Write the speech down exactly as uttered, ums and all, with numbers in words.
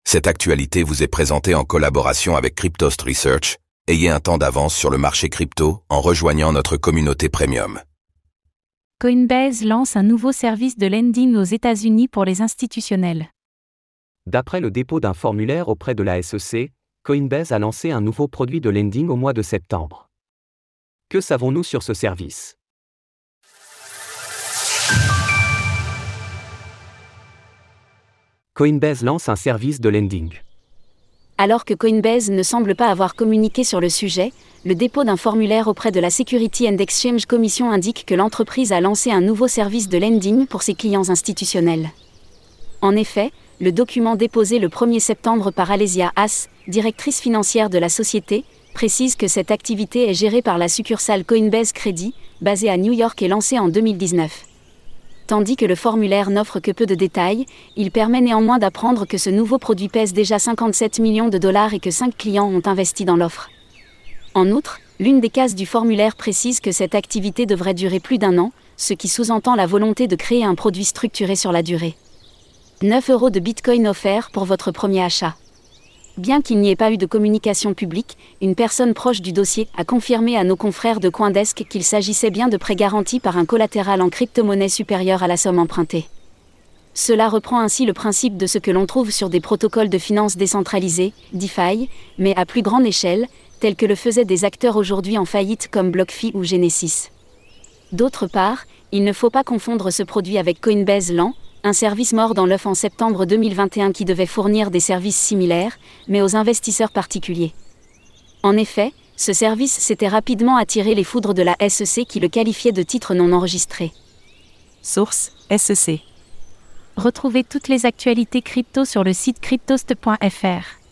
Cette actualité vous est présentée en collaboration avec Cryptost Research. Ayez un temps d'avance sur le marché crypto en rejoignant notre communauté premium. Coinbase lance un nouveau service de lending aux États-Unis pour les institutionnels. D'après le dépôt d'un formulaire auprès de la S E C, Coinbase a lancé un nouveau produit de lending au mois de septembre. Que savons-nous sur ce service ? Coinbase lance un service de lending. Alors que Coinbase ne semble pas avoir communiqué sur le sujet, le dépôt d'un formulaire auprès de la Security and Exchange Commission indique que l'entreprise a lancé un nouveau service de lending pour ses clients institutionnels. En effet, le document déposé le premier septembre par Alesia Haas, directrice financière de la société, précise que cette activité est gérée par la succursale Coinbase Credit, basée à New York et lancée en deux mille dix-neuf. Tandis que le formulaire n'offre que peu de détails, il permet néanmoins d'apprendre que ce nouveau produit pèse déjà cinquante-sept millions de dollars et que cinq clients ont investi dans l'offre. En outre, l'une des cases du formulaire précise que cette activité devrait durer plus d'un an, ce qui sous-entend la volonté de créer un produit structuré sur la durée. neuf euros de Bitcoin offerts pour votre premier achat. Bien qu'il n'y ait pas eu de communication publique, une personne proche du dossier a confirmé à nos confrères de Coindesk qu'il s'agissait bien de prêts garantis par un collatéral en crypto-monnaie supérieur à la somme empruntée. Cela reprend ainsi le principe de ce que l'on trouve sur des protocoles de finances décentralisés, DeFi, mais à plus grande échelle, tels que le faisaient des acteurs aujourd'hui en faillite comme BlockFi ou Genesis. D'autre part, il ne faut pas confondre ce produit avec Coinbase Lend, un service mort dans l'œuf en septembre deux mille vingt et un qui devait fournir des services similaires, mais aux investisseurs particuliers. En effet, ce service s'était rapidement attiré les foudres de la S E C qui le qualifiait de titre non enregistré. Source, S E C. Retrouvez toutes les actualités crypto sur le site cryptost point f r.